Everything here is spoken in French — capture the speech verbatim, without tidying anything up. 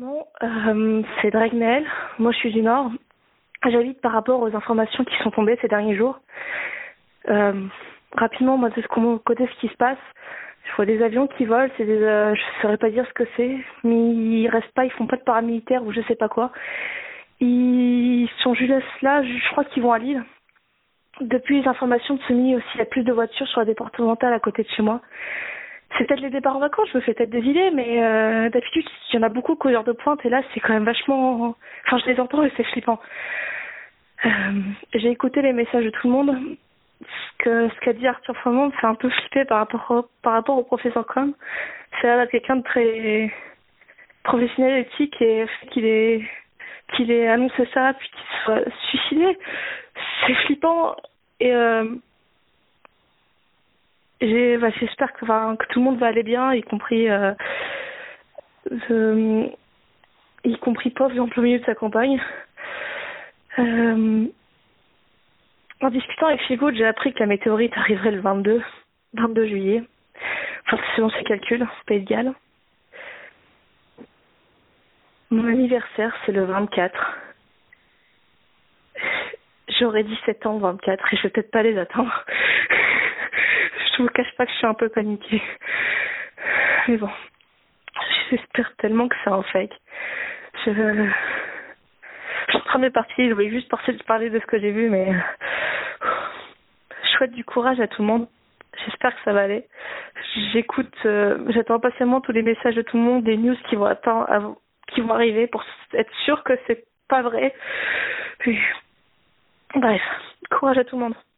Bon, euh, c'est Dragnel. Moi, je suis du Nord. J'habite par rapport aux informations qui sont tombées ces derniers jours. Euh, rapidement, moi, de ce qu'on côté ce qui se passe, je vois des avions qui volent. C'est des, euh, je saurais pas dire ce que c'est, mais ils restent pas, ils font pas de paramilitaire ou je sais pas quoi. Ils sont juste là. Je crois qu'ils vont à Lille. Depuis les informations de Sony aussi, il y a plus de voitures sur la départementale à côté de chez moi. C'est peut-être les départs en vacances, je me fais peut-être des idées, mais euh, d'habitude, il y en a beaucoup qu'aux heures de pointe, et là, c'est quand même vachement... Enfin, je les entends et c'est flippant. Euh, j'ai écouté les messages de tout le monde. Ce que ce qu'a dit Arthur Froment me fait un peu flipper par rapport au, par rapport au professeur Com. C'est là quelqu'un de très professionnel, éthique, et qu'il ait, qu'il ait annoncé ça, puis qu'il soit suicidé. C'est flippant, et... Euh, J'ai, bah, j'espère que, enfin, que tout le monde va aller bien, y compris, euh, euh, y compris pauvre en plein milieu de sa campagne. Euh, en discutant avec Figoud, j'ai appris que la météorite arriverait le vingt-deux, vingt-deux juillet. Enfin, selon ses calculs, Pays de Galles. Mon anniversaire, c'est le vingt-quatre. J'aurai dix-sept ans le vingt-quatre et je vais peut-être pas les attendre. Je vous cache pas que je suis un peu paniquée. Mais bon, j'espère tellement que c'est un fake. Je... je suis en train de partir, je voulais juste parler de ce que j'ai vu, mais... Je souhaite du courage à tout le monde. J'espère que ça va aller. J'écoute, euh, j'attends impatiemment tous les messages de tout le monde, des news qui vont attendre, qui vont arriver pour être sûr que c'est pas vrai. Puis... Bref, courage à tout le monde.